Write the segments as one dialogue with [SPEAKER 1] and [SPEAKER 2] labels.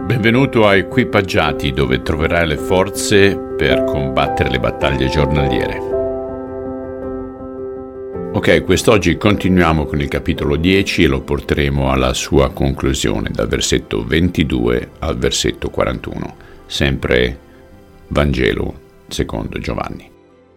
[SPEAKER 1] Benvenuto a Equipaggiati, dove troverai le forze per combattere le battaglie giornaliere. Ok, quest'oggi continuiamo con il capitolo 10 e lo porteremo alla sua conclusione, dal versetto 22 al versetto 41, sempre Vangelo secondo Giovanni.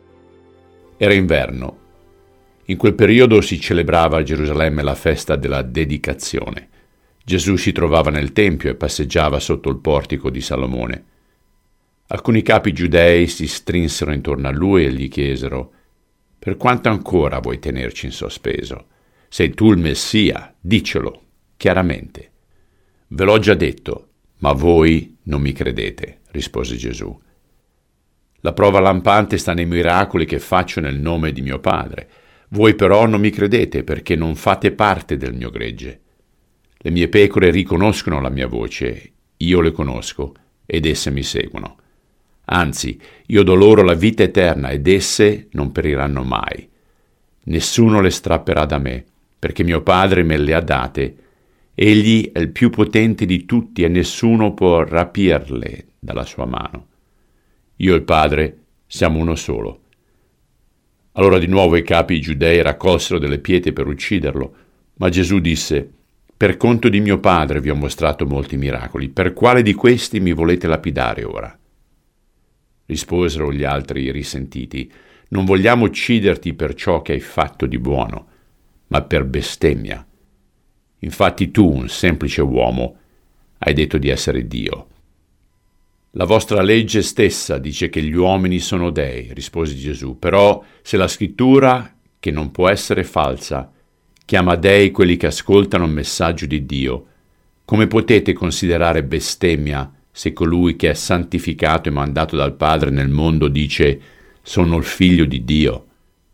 [SPEAKER 1] Era inverno. In quel periodo si celebrava a Gerusalemme la festa della dedicazione. Gesù si trovava nel Tempio e passeggiava sotto il portico di Salomone. Alcuni capi giudei si strinsero intorno a lui e gli chiesero: «Per quanto ancora vuoi tenerci in sospeso? Sei tu il Messia? Dicelo chiaramente». «Ve l'ho già detto, ma voi non mi credete», rispose Gesù. «La prova lampante sta nei miracoli che faccio nel nome di mio Padre. Voi però non mi credete perché non fate parte del mio gregge. Le mie pecore riconoscono la mia voce, io le conosco ed esse mi seguono. Anzi, io do loro la vita eterna ed esse non periranno mai. Nessuno le strapperà da me, perché mio Padre me le ha date. Egli è il più potente di tutti e nessuno può rapirle dalla sua mano. Io e il Padre siamo uno solo». Allora di nuovo i capi giudei raccolsero delle pietre per ucciderlo, ma Gesù disse: «Per conto di mio Padre vi ho mostrato molti miracoli, per quale di questi mi volete lapidare ora?» Risposero gli altri risentiti: «Non vogliamo ucciderti per ciò che hai fatto di buono, ma per bestemmia. Infatti tu, un semplice uomo, hai detto di essere Dio». «La vostra legge stessa dice che gli uomini sono dei», rispose Gesù, «però se la scrittura, che non può essere falsa, chiama dei quelli che ascoltano il messaggio di Dio, come potete considerare bestemmia se colui che è santificato e mandato dal Padre nel mondo dice: sono il figlio di Dio?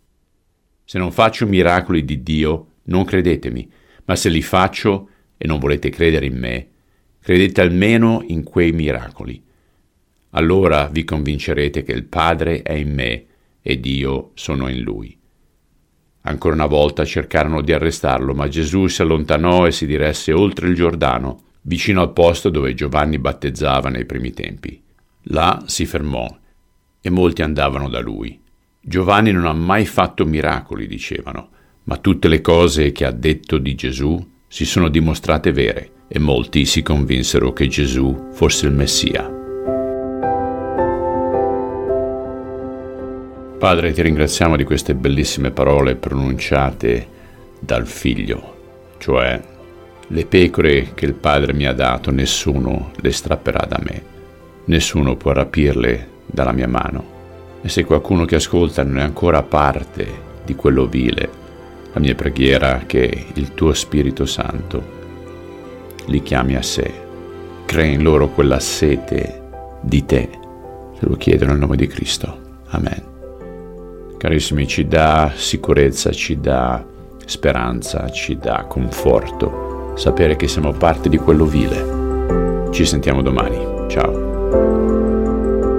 [SPEAKER 1] Se non faccio miracoli di Dio, non credetemi, ma se li faccio e non volete credere in me, credete almeno in quei miracoli. Allora vi convincerete che il Padre è in me ed io sono in Lui». Ancora una volta cercarono di arrestarlo, ma Gesù si allontanò e si diresse oltre il Giordano, vicino al posto dove Giovanni battezzava nei primi tempi. Là si fermò e molti andavano da lui. «Giovanni non ha mai fatto miracoli», dicevano, ma tutte le cose che ha detto di Gesù si sono dimostrate vere e molti si convinsero che Gesù fosse il Messia. Padre, ti ringraziamo di queste bellissime parole pronunciate dal Figlio, cioè: le pecore che il Padre mi ha dato nessuno le strapperà da me, nessuno può rapirle dalla mia mano. E se qualcuno che ascolta non è ancora parte di quello vile, la mia preghiera è che il tuo Spirito Santo li chiami a sé, crea in loro quella sete di te. Te lo chiedo nel nome di Cristo. Amen. Carissimi, ci dà sicurezza, ci dà speranza, ci dà conforto sapere che siamo parte di quello vile. Ci sentiamo domani. Ciao.